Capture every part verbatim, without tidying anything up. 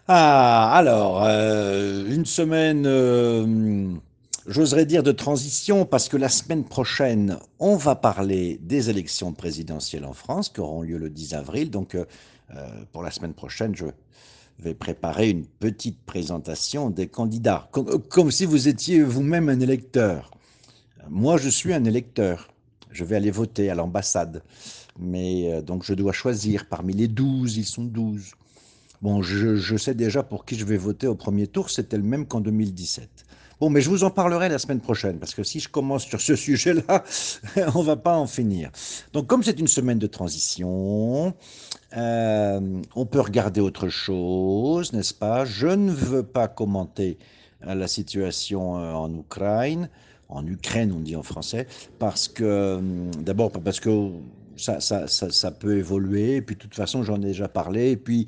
Ah, alors, euh, une semaine, euh, j'oserais dire de transition, parce que la semaine prochaine, on va parler des élections présidentielles en France, qui auront lieu le dix avril. Donc, euh, euh, pour la semaine prochaine, je vais préparer une petite présentation des candidats, comme, comme si vous étiez vous-même un électeur. Moi, je suis un électeur. Je vais aller voter à l'ambassade. Mais euh, donc, je dois choisir parmi les douze, ils sont douze. Bon, je, je sais déjà pour qui je vais voter au premier tour, c'était le même qu'en deux mille dix-sept. Bon, mais je vous en parlerai la semaine prochaine, parce que si je commence sur ce sujet-là, on va pas en finir. Donc, comme c'est une semaine de transition, euh, on peut regarder autre chose, n'est-ce pas? Je ne veux pas commenter euh, la situation euh, en Ukraine, en Ukraine on dit en français, parce que, euh, d'abord parce que ça, ça, ça, ça peut évoluer, et puis de toute façon j'en ai déjà parlé, et puis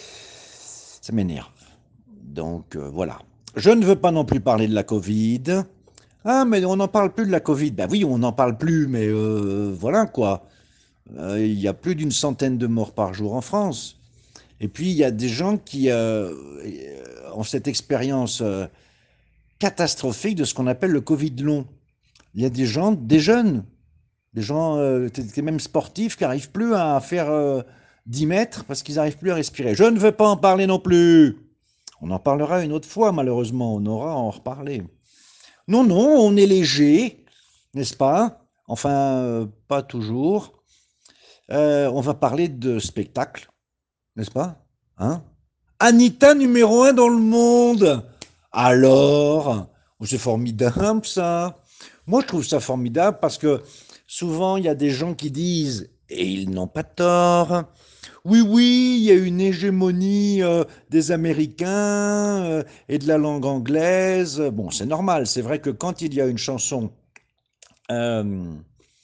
ça m'énerve. Donc euh, voilà. Je ne veux pas non plus parler de la Covid. Ah, mais on n'en parle plus de la Covid. Ben oui, on n'en parle plus, mais euh, voilà quoi. Euh, il y a plus d'une centaine de morts par jour en France. Et puis, il y a des gens qui euh, ont cette expérience euh, catastrophique de ce qu'on appelle le Covid long. Il y a des gens, des jeunes, des gens euh, même sportifs qui n'arrivent plus à faire euh, dix mètres parce qu'ils n'arrivent plus à respirer. Je ne veux pas en parler non plus. On en parlera une autre fois, malheureusement. On aura à en reparler. Non, non, on est léger, n'est-ce pas? Enfin, euh, pas toujours. Euh, on va parler de spectacle, n'est-ce pas? Hein? Anita numéro un dans le monde. Alors, oh, c'est formidable ça. Moi, je trouve ça formidable parce que souvent, il y a des gens qui disent, et ils n'ont pas tort, oui, oui, il y a une hégémonie euh, des Américains euh, et de la langue anglaise. Bon, c'est normal. C'est vrai que quand il y a une chanson euh,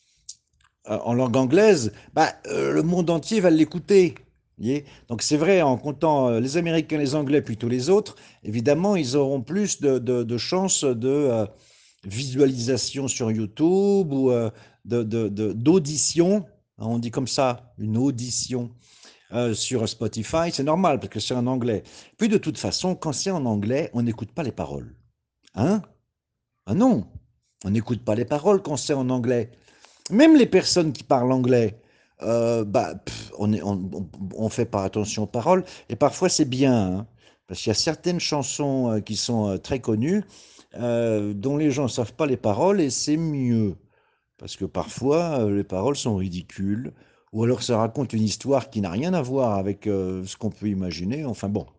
en langue anglaise, bah, euh, le monde entier va l'écouter. Voyez. Donc c'est vrai, en comptant euh, les Américains, les Anglais, puis tous les autres, évidemment, ils auront plus de, de, de chances de euh, visualisation sur YouTube ou euh, de, de, de- d'audition. On dit comme ça, une audition euh, sur Spotify. C'est normal parce que c'est en anglais. Puis de toute façon, quand c'est en anglais, on n'écoute pas les paroles. Hein? Ah non, on n'écoute pas les paroles quand c'est en anglais. Même les personnes qui parlent anglais, euh, bah, pff, on est, on, on- on fait pas attention aux paroles. Et parfois, c'est bien, hein, parce qu'il y a certaines chansons euh, qui sont euh, très connues, euh, dont les gens ne savent pas les paroles, et c'est mieux. Parce que parfois, euh, les paroles sont ridicules, ou alors ça raconte une histoire qui n'a rien à voir avec euh, ce qu'on peut imaginer. Enfin bon.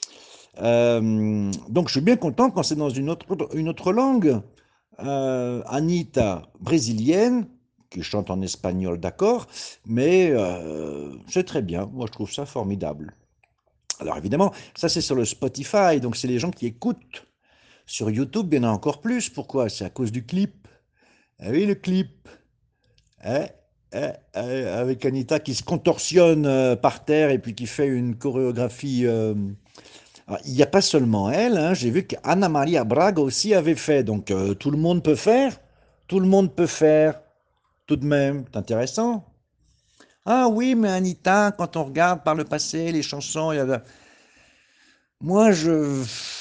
Euh, donc, je suis bien content quand c'est dans une autre, une autre langue. Euh, Anita, brésilienne, qui chante en espagnol, d'accord, mais euh, c'est très bien. Moi, je trouve ça formidable. Alors, évidemment, ça, c'est sur le Spotify, donc c'est les gens qui écoutent. Sur YouTube, il y en a encore plus. Pourquoi? C'est à cause du clip. Ah oui, le clip. Hein, hein, hein, avec Anita qui se contorsionne euh, par terre et puis qui fait une chorégraphie. euh, Alors, il n'y a pas seulement elle, hein, j'ai vu qu'Anna Maria Braga aussi avait fait. Donc euh, tout le monde peut faire. Tout le monde peut faire. Tout de même, c'est intéressant. Ah oui, mais Anita, quand on regarde par le passé, les chansons, il y a... moi je.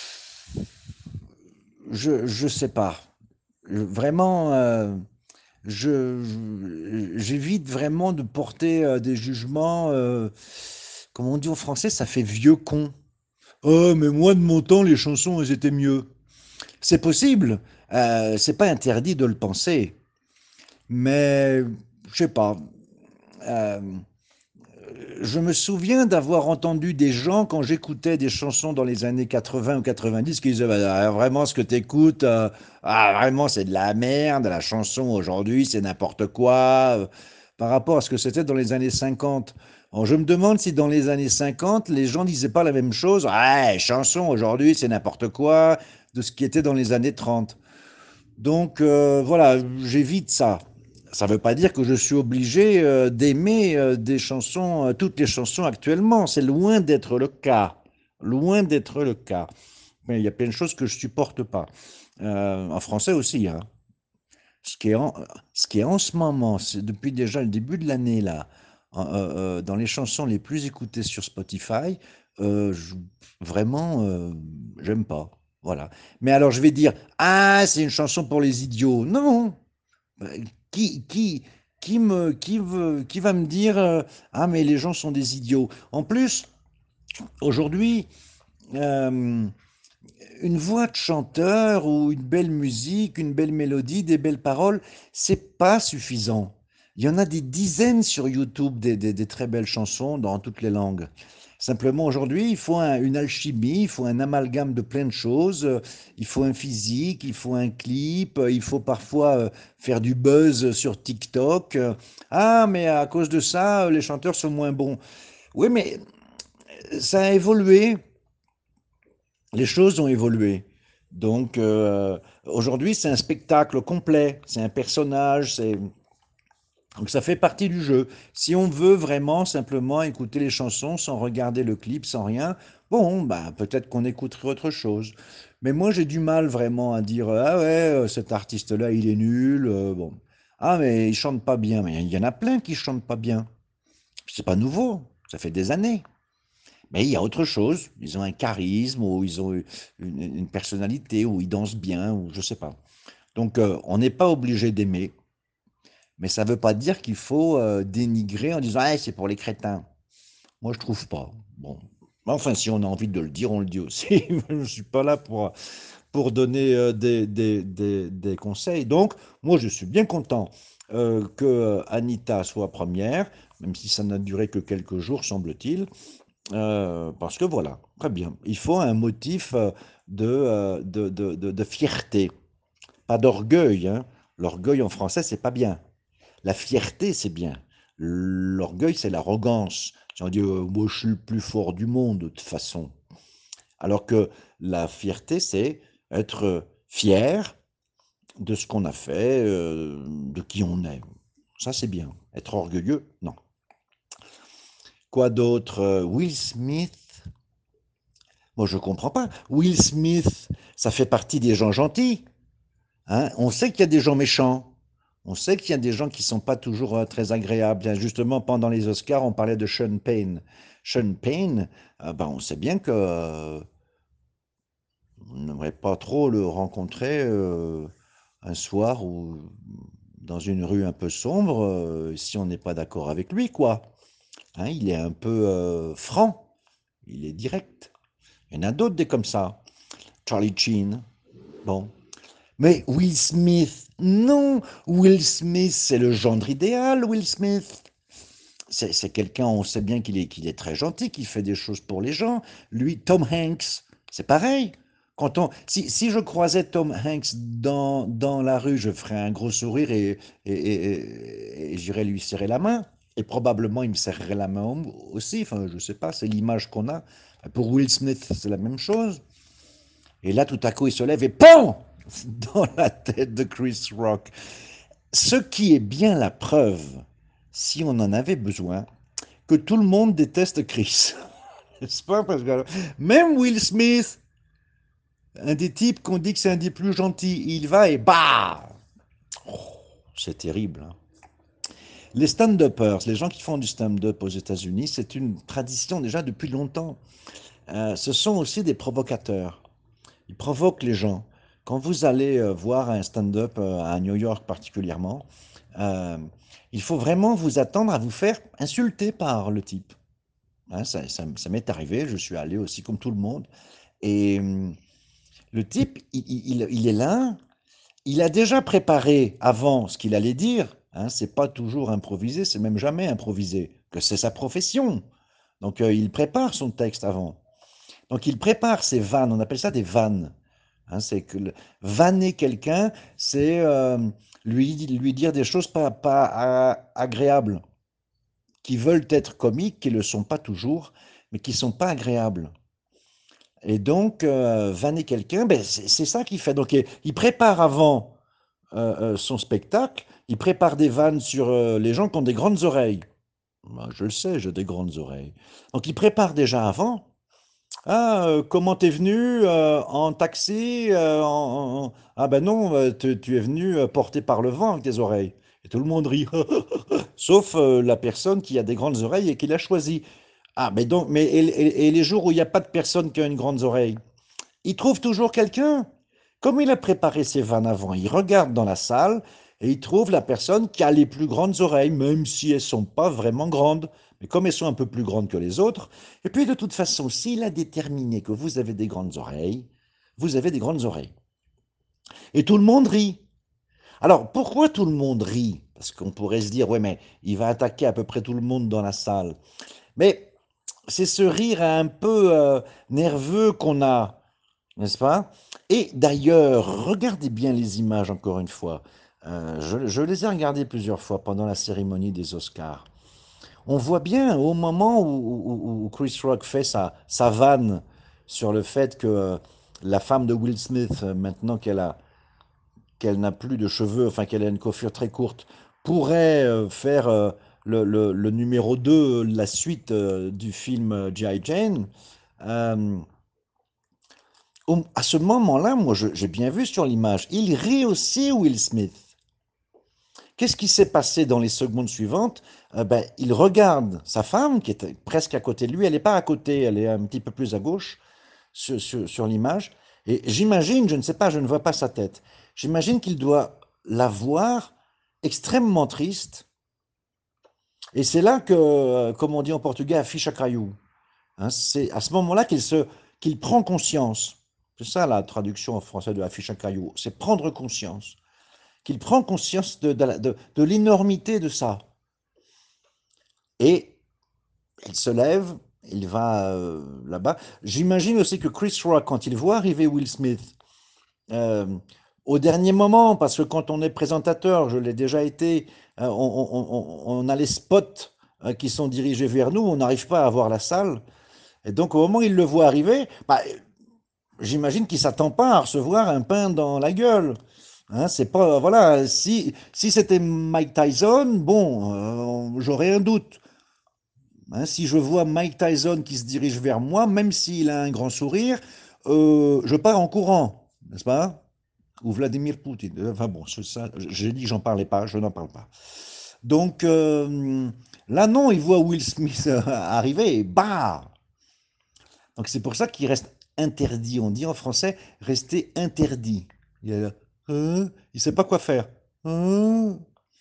Je, je sais pas. Je- Vraiment. euh, je, je- j'évite vraiment de porter euh, des jugements, euh, comme on dit en français, ça fait vieux con. Oh, mais moi de mon temps, les chansons, elles étaient mieux. C'est possible, euh, c'est pas interdit de le penser, mais je sais pas. euh, je me souviens d'avoir entendu des gens quand j'écoutais des chansons dans les années quatre-vingts ou quatre-vingt-dix qui disaient bah, vraiment ce que t'écoutes, euh, ah, vraiment c'est de la merde, la chanson aujourd'hui c'est n'importe quoi euh, par rapport à ce que c'était dans les années cinquante. Alors, je me demande si dans les années cinquante les gens disaient pas la même chose, ouais, chanson aujourd'hui c'est n'importe quoi de ce qui était dans les années trente. Donc euh, voilà, j'évite ça. Ça ne veut pas dire que je suis obligé euh, d'aimer euh, des chansons, euh, toutes les chansons actuellement. C'est loin d'être le cas. Loin d'être le cas. Mais il y a plein de choses que je supporte pas. Euh, en français aussi, hein. Ce qui est en, ce qui est en ce moment, c'est depuis déjà le début de l'année là, en- euh, euh, dans les chansons les plus écoutées sur Spotify, euh, je- vraiment, euh, j'aime pas. Voilà. Mais alors je vais dire, ah, c'est une chanson pour les idiots. Non. Euh, Qui, qui, qui me, qui veut, qui va me dire, euh, ah, mais les gens sont des idiots. En plus, aujourd'hui, euh, une voix de chanteur ou une belle musique, une belle mélodie, des belles paroles, c'est pas suffisant. Il y en a des dizaines sur YouTube, des, des- des très belles chansons dans toutes les langues. Simplement, aujourd'hui, il faut un- une alchimie, il faut un amalgame de plein de choses. euh, Il faut un physique, il faut un clip, euh, il faut parfois euh, faire du buzz sur TikTok. euh, Ah, mais à cause de ça, euh, les chanteurs sont moins bons. Oui, mais ça a évolué. Les choses ont évolué. Donc euh, aujourd'hui, c'est un spectacle complet, c'est un personnage, c'est donc ça fait partie du jeu. Si on veut vraiment simplement écouter les chansons sans regarder le clip, sans rien, bon, bah peut-être qu'on écouterait autre chose. Mais moi, j'ai du mal vraiment à dire ah ouais, euh, cet artiste-là, il est nul. euh, bon, ah mais il chante pas bien. Mais il y en a plein qui chantent pas bien. C'est pas nouveau. Ça fait des années. Mais il y a autre chose. Ils ont un charisme, ou ils ont une, une personnalité, ou ils dansent bien, ou je sais pas. Donc, euh, on n'est pas obligé d'aimer, mais ça ne veut pas dire qu'il faut euh, dénigrer en disant ah, c'est pour les crétins. Moi, je trouve pas. Bon. Enfin, si on a envie de le dire, on le dit aussi. Je ne suis pas là pour, pour donner euh, des, des, des, des conseils. Donc, moi, je suis bien content euh, que euh, Anita soit première, même si ça n'a duré que quelques jours, semble-t-il. Euh, parce que voilà, très bien. Il faut un motif euh, de, euh, de, de, de- de fierté, pas d'orgueil, hein. L'orgueil en français, c'est pas bien. La fierté, c'est bien. L'orgueil, c'est l'arrogance. Si on dit, euh, moi, je suis le plus fort du monde, de toute façon. Alors que la fierté, c'est être euh, fier de ce qu'on a fait, euh, de qui on est. Ça, c'est bien. Être orgueilleux, non. Quoi d'autre? Euh, Will Smith. Moi, je comprends pas. Will Smith, ça fait partie des gens gentils, hein. On sait qu'il y a des gens méchants. On sait qu'il y a des gens qui sont pas toujours euh, très agréables. Justement, pendant les Oscars, on parlait de Sean Penn. Sean Penn, euh, ben, on sait bien que euh, on n'aimerait pas trop le rencontrer euh, un soir ou dans une rue un peu sombre euh, si on n'est pas d'accord avec lui, quoi. Hein, il est un peu euh, franc, il est direct. Il y en a d'autres des comme ça. Charlie Sheen, bon. Mais Will Smith, non, Will Smith, c'est le gendre idéal, Will Smith. C'est c'est quelqu'un, on sait bien qu'il est, qu'il est très gentil, qu'il fait des choses pour les gens. Lui, Tom Hanks, c'est pareil. Quand on, si, si je croisais Tom Hanks dans, dans la rue, je ferais un gros sourire et, et, et- et- et j'irais lui serrer la main. Et probablement, il me serrerait la main aussi. Enfin, je sais pas, c'est l'image qu'on a. Pour Will Smith, c'est la même chose. Et là, tout à coup, il se lève et PAM dans la tête de Chris Rock. Ce qui est bien la preuve, si on en avait besoin, que tout le monde déteste Chris. N'est-ce pas? Parce que même Will Smith, un des types qu'on dit que c'est un des plus gentils, il va et bah, oh, c'est terrible, hein. Les stand-uppers, les gens qui font du stand-up aux États-Unis, c'est une tradition déjà depuis longtemps. Euh, ce sont aussi des provocateurs. Ils provoquent les gens. Quand vous allez euh, voir un stand-up euh, à New York particulièrement, euh, il faut vraiment vous attendre à vous faire insulter par le type. Hein, ça ça- ça m'est arrivé, je suis allé aussi comme tout le monde. Et hum, le type, il, il- il est là, il a déjà préparé avant ce qu'il allait dire. Hein, c'est pas toujours improvisé, c'est même jamais improvisé, que c'est sa profession. Donc euh, il prépare son texte avant. Donc il prépare ses vannes, on appelle ça des vannes. Hein, c'est que le- vanner quelqu'un, c'est euh, lui, lui dire des choses pas, pas a- agréables, qui veulent être comiques, qui ne le sont pas toujours, mais qui ne sont pas agréables. Et donc, euh, vanner quelqu'un, ben, c'est c'est ça qu'il fait. Donc, il, il prépare avant euh, euh, son spectacle, il prépare des vannes sur euh, les gens qui ont des grandes oreilles. Moi, je le sais, j'ai des grandes oreilles. Donc, il prépare déjà avant. Ah, euh, comment t'es venu euh, en taxi euh, en- en- en- Ah ben non, euh, tu, tu es venu euh, porté par le vent avec tes oreilles. Et tout le monde rit, sauf euh, la personne qui a des grandes oreilles et qui l'a choisi. Ah, mais donc, mais et, et- et les jours où il n'y a pas de personne qui a une grande oreille, il trouve toujours quelqu'un. Comme il a préparé ses vannes avant, il regarde dans la salle et il trouve la personne qui a les plus grandes oreilles, même si elles sont pas vraiment grandes, mais comme elles sont un peu plus grandes que les autres. Et puis de toute façon, s'il a déterminé que vous avez des grandes oreilles, vous avez des grandes oreilles. Et tout le monde rit. Alors, pourquoi tout le monde rit? Parce qu'on pourrait se dire, ouais, mais il va attaquer à peu près tout le monde dans la salle. Mais c'est ce rire un peu euh, nerveux qu'on a, n'est-ce pas? Et d'ailleurs, regardez bien les images encore une fois. Euh, je, je les ai regardées plusieurs fois pendant la cérémonie des Oscars. On voit bien au moment où, où- où Chris Rock fait sa, sa vanne sur le fait que euh, la femme de Will Smith, euh, maintenant qu'elle a, qu'elle n'a plus de cheveux, enfin qu'elle a une coiffure très courte, pourrait euh, faire euh, le, le- le numéro deux, la suite euh, du film euh, G I. Jane. Euh, au- à ce moment-là, moi, je- j'ai bien vu sur l'image, il rit aussi, Will Smith. Qu'est-ce qui s'est passé dans les secondes suivantes? Euh, ben, il regarde sa femme, qui est presque à côté de lui. Elle n'est pas à côté, elle est un petit peu plus à gauche sur, sur- sur l'image. Et j'imagine, je ne sais pas, je ne vois pas sa tête. J'imagine qu'il doit la voir extrêmement triste. Et c'est là que, euh, comme on dit en portugais, affiche a caiu. Hein, c'est à ce moment-là qu'il se, qu'il prend conscience. C'est ça la traduction en français de affiche a caiu. C'est prendre conscience. Qu'il prend conscience de, de, de, de l'énormité de ça. Et il se lève, il va euh, là-bas. J'imagine aussi que Chris Rock, quand il voit arriver Will Smith, euh, au dernier moment, parce que quand on est présentateur, je l'ai déjà été, euh, on, on- on- on a les spots euh, qui sont dirigés vers nous, on n'arrive pas à voir la salle. Et donc au moment où il le voit arriver, bah, j'imagine qu'il ne s'attend pas à recevoir un pain dans la gueule. Hein, c'est pas, voilà, si, si c'était Mike Tyson, bon, euh, j'aurais un doute. Hein, si je vois Mike Tyson qui se dirige vers moi, même s'il a un grand sourire, euh, je pars en courant, n'est-ce pas? Ou Vladimir Poutine. Enfin bon, c'est ça, j'ai dit que j'en parlais pas, je n'en parle pas. Donc euh, là, non, il voit Will Smith arriver et bah! Donc c'est pour ça qu'il reste interdit. On dit en français rester interdit. Il est là, hein, il sait pas quoi faire. Hein.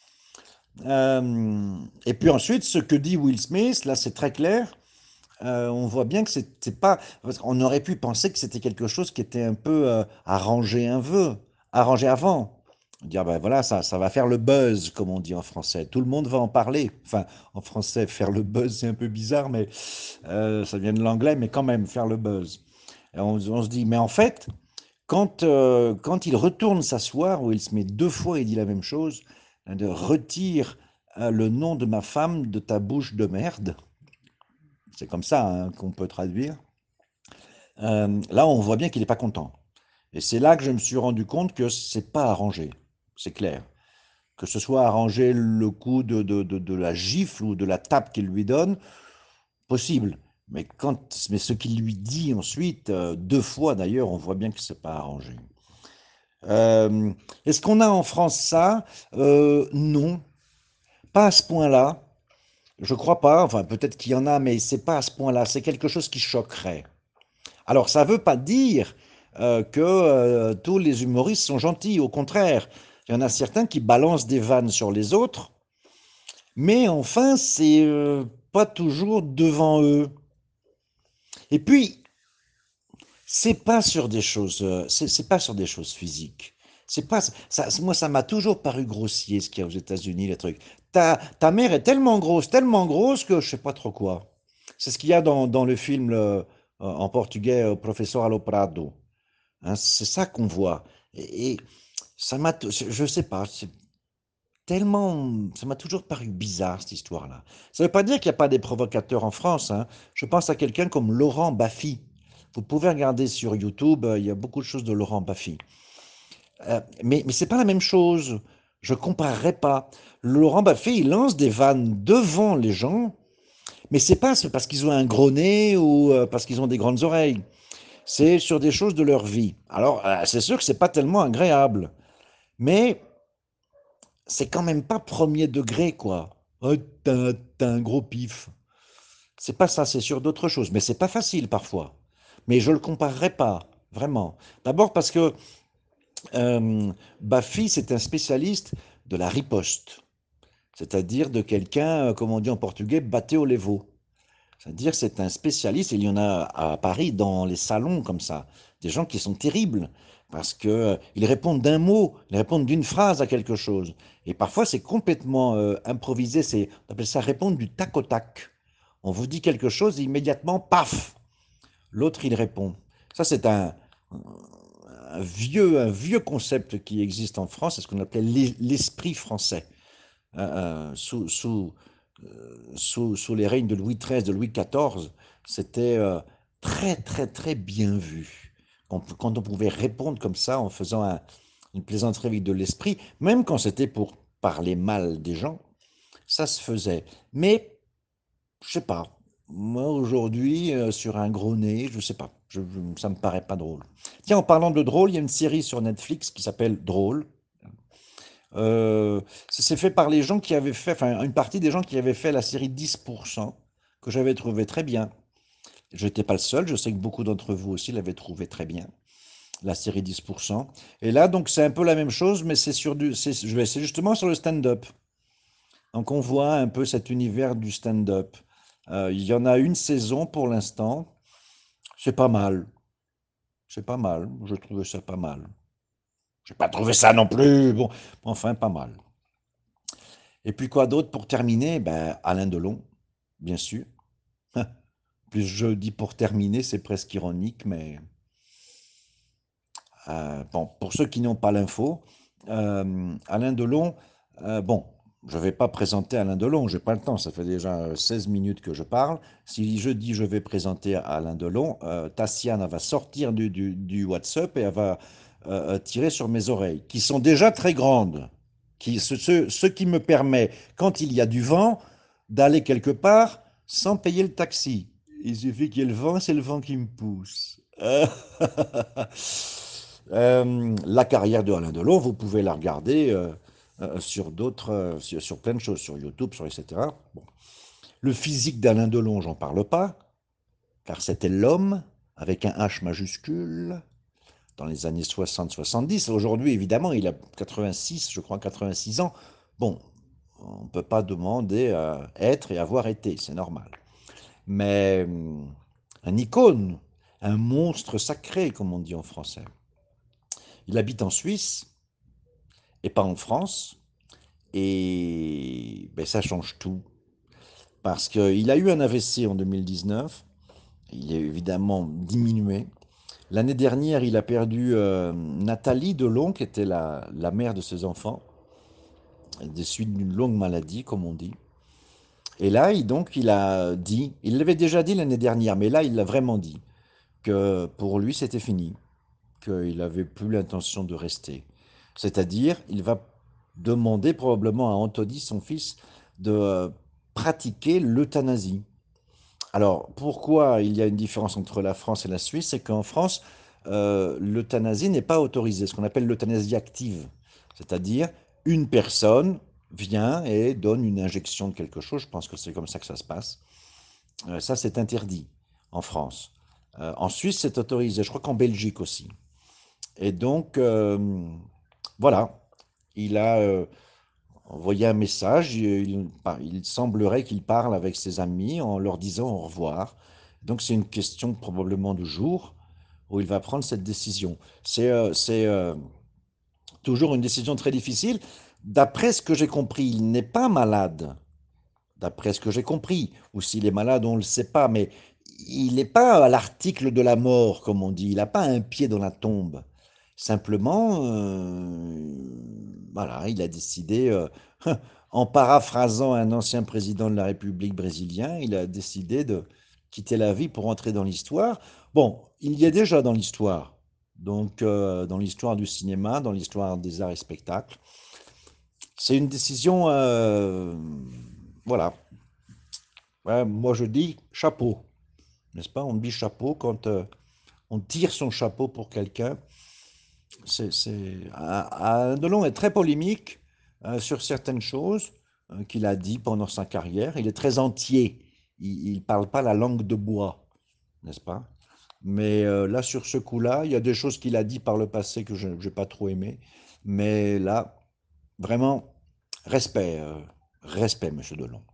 Euh, et puis ensuite, ce que dit Will Smith, là c'est très clair. Euh, on voit bien que c'était pas. Parce qu'on aurait pu penser que c'était quelque chose qui était un peu euh, arrangé un peu, arrangé avant. Dire ben voilà, ça, ça va faire le buzz, comme on dit en français. Tout le monde va en parler. Enfin, en français, faire le buzz, c'est un peu bizarre, mais euh, ça vient de l'anglais, mais quand même, faire le buzz. Et on, on se dit, mais en fait, quand, euh, quand il retourne s'asseoir, où il se met deux fois, il dit la même chose, hein, de retire euh, le nom de ma femme de ta bouche de merde. C'est comme ça hein, qu'on peut traduire. Euh, là, on voit bien qu'il n'est pas content. Et c'est là que je me suis rendu compte que c'est pas arrangé. C'est clair. Que ce soit arrangé le coup de, de, de, de la gifle ou de la tape qu'il lui donne, possible. Mais, quand, mais ce qu'il lui dit ensuite, euh, deux fois d'ailleurs, on voit bien que c'est pas arrangé. Euh, Est-ce qu'on a en France ça? Euh, Non, pas à ce point-là. Je crois pas. Enfin, peut-être qu'il y en a, mais c'est pas à ce point-là. C'est quelque chose qui choquerait. Alors, ça ne veut pas dire euh, que euh, tous les humoristes sont gentils. Au contraire, il y en a certains qui balancent des vannes sur les autres, mais enfin, c'est euh, pas toujours devant eux. Et puis, c'est pas sur des choses, euh, c'est c'est pas sur des choses physiques. C'est pas ça. Moi, ça m'a toujours paru grossier ce qu'il y a aux États-Unis, les trucs. Ta, ta mère est tellement grosse, tellement grosse que je sais pas trop quoi. C'est ce qu'il y a dans, dans le film le- en portugais, euh, Professeur Aloprado. Hein, c'est ça qu'on voit. Et, et ça m'a, t- je sais pas, c'est tellement, ça m'a toujours paru bizarre cette histoire-là. Ça ne veut pas dire qu'il n'y a pas des provocateurs en France, hein. Je pense à quelqu'un comme Laurent Baffy. Vous pouvez regarder sur YouTube, euh, il y a beaucoup de choses de Laurent Baffy. Euh, mais mais c'est pas la même chose. Je comparerai pas. Laurent Baffy, il lance des vannes devant les gens, mais c'est pas c'est parce qu'ils ont un gros nez ou euh, parce qu'ils ont des grandes oreilles. C'est sur des choses de leur vie. Alors, euh, c'est sûr que c'est pas tellement agréable, mais c'est quand même pas premier degré, quoi. Oh, t'as, t'as un gros pif. C'est pas ça, c'est sur d'autres choses. Mais c'est pas facile parfois. Mais je le comparerai pas, vraiment. D'abord parce que euh, Baffy, c'est un spécialiste de la riposte. C'est-à-dire de quelqu'un, euh, comme on dit en portugais, batté au levo. C'est-à-dire c'est un spécialiste, il y en a à Paris dans les salons comme ça, des gens qui sont terribles parce que euh, ils répondent d'un mot, ils répondent d'une phrase à quelque chose. Et parfois c'est complètement euh, improvisé, c'est, on appelle ça répondre du tac au tac. On vous dit quelque chose et immédiatement, paf, l'autre il répond. Ça c'est un, un vieux, un vieux concept qui existe en France, c'est ce qu'on appelait l'es- l'esprit français. Euh, euh, sous, sous, euh, sous, sous les règnes de Louis treize, de Louis quatorze, c'était euh, très très très bien vu. Quand, quand on pouvait répondre comme ça en faisant un- une plaisanterie avec de l'esprit, même quand c'était pour parler mal des gens, ça se faisait. Mais je sais pas. Moi aujourd'hui, euh, sur un gros nez, je sais pas. Je, je- ça me paraît pas drôle. Tiens, en parlant de drôle, il y a une série sur Netflix qui s'appelle Drôle. Euh, c'est fait par les gens qui avaient fait, enfin, une partie des gens qui avaient fait la série dix pour cent, que j'avais trouvé très bien. Je n'étais pas le seul, je sais que beaucoup d'entre vous aussi l'avaient trouvé très bien, la série dix pour cent. Et là, donc, c'est un peu la même chose, mais c'est sur du, c'est, je vais, c'est justement sur le stand-up. Donc, on voit un peu cet univers du stand-up. Euh, il y en a une saison pour l'instant. C'est pas mal. C'est pas mal. Je trouvais ça pas mal. J'ai pas trouvé ça non plus. Bon, enfin, pas mal. Et puis quoi d'autre pour terminer? Ben, Alain Delon, bien sûr. Plus je dis pour terminer, c'est presque ironique, mais euh, bon, pour ceux qui n'ont pas l'info, euh, Alain Delon, euh, bon, je ne vais pas présenter Alain Delon, j'ai pas le temps, ça fait déjà seize minutes que je parle. Si je dis je vais présenter Alain Delon, euh, Tassiane va sortir du, du- du WhatsApp et elle va euh, tirer sur mes oreilles, qui sont déjà très grandes, qui, ce, ce- ce qui me permet, quand il y a du vent, d'aller quelque part sans payer le taxi. Il suffit qu'il y ait le vent, c'est le vent qui me pousse. Euh, euh, la carrière de Alain Delon, vous pouvez la regarder euh, euh, sur d'autres, euh, sur, sur plein de choses, sur YouTube, sur et cetera. Bon. Le physique d'Alain Delon, j'en parle pas, car c'était l'homme avec un H majuscule dans les années soixante soixante-dix. Aujourd'hui, évidemment, il a quatre-vingt-six, je crois, quatre-vingt-six ans. Bon, on ne peut pas demander à être et avoir été, c'est normal. Mais hum, un icône, un monstre sacré, comme on dit en français. Il habite en Suisse et pas en France. Et ben, ça change tout. Parce qu'il a eu un A V C en deux mille dix-neuf. Il est évidemment diminué. L'année dernière, il a perdu euh, Nathalie Delon, qui était la, la mère de ses enfants, des suites d'une longue maladie, comme on dit. Et là, il, donc, il a dit, il l'avait déjà dit l'année dernière, mais là, il l'a vraiment dit, que pour lui, c'était fini, qu'il n'avait plus l'intention de rester. C'est-à-dire, il va demander probablement à Anthony, son fils, de euh, pratiquer l'euthanasie. Alors, pourquoi il y a une différence entre la France et la Suisse? C'est qu'en France, euh, l'euthanasie n'est pas autorisée, ce qu'on appelle l'euthanasie active. C'est-à-dire, une personne vient et donne une injection de quelque chose, je pense que c'est comme ça que ça se passe. Euh, ça, c'est interdit en France. Euh, en Suisse, c'est autorisé, je crois qu'en Belgique aussi. Et donc, euh, voilà, il a euh, envoyé un message, il, il semblerait qu'il parle avec ses amis en leur disant au revoir. Donc, c'est une question probablement de jour où il va prendre cette décision. C'est euh, c'est, euh, toujours une décision très difficile. D'après ce que j'ai compris, il n'est pas malade, d'après ce que j'ai compris. Ou s'il est malade, on ne le sait pas, mais il n'est pas à l'article de la mort, comme on dit. Il n'a pas un pied dans la tombe. Simplement, euh, voilà, il a décidé, euh, en paraphrasant un ancien président de la République brésilien, il a décidé de quitter la vie pour entrer dans l'histoire. Bon, il y est déjà dans l'histoire. Donc, euh, dans l'histoire du cinéma, dans l'histoire des arts et spectacles. C'est une décision, euh, voilà, ouais, moi je dis chapeau, n'est-ce pas? On dit chapeau quand euh, on tire son chapeau pour quelqu'un. C'est, c'est... Alain Delon est très polémique. euh, sur certaines choses euh, qu'il a dit pendant sa carrière. Il est très entier. Il ne parle pas la langue de bois, n'est-ce pas? Mais euh, là, sur ce coup-là, il y a des choses qu'il a dit par le passé que je n'ai pas trop aimé. Mais là, vraiment, respect, euh, respect, Monsieur Delon.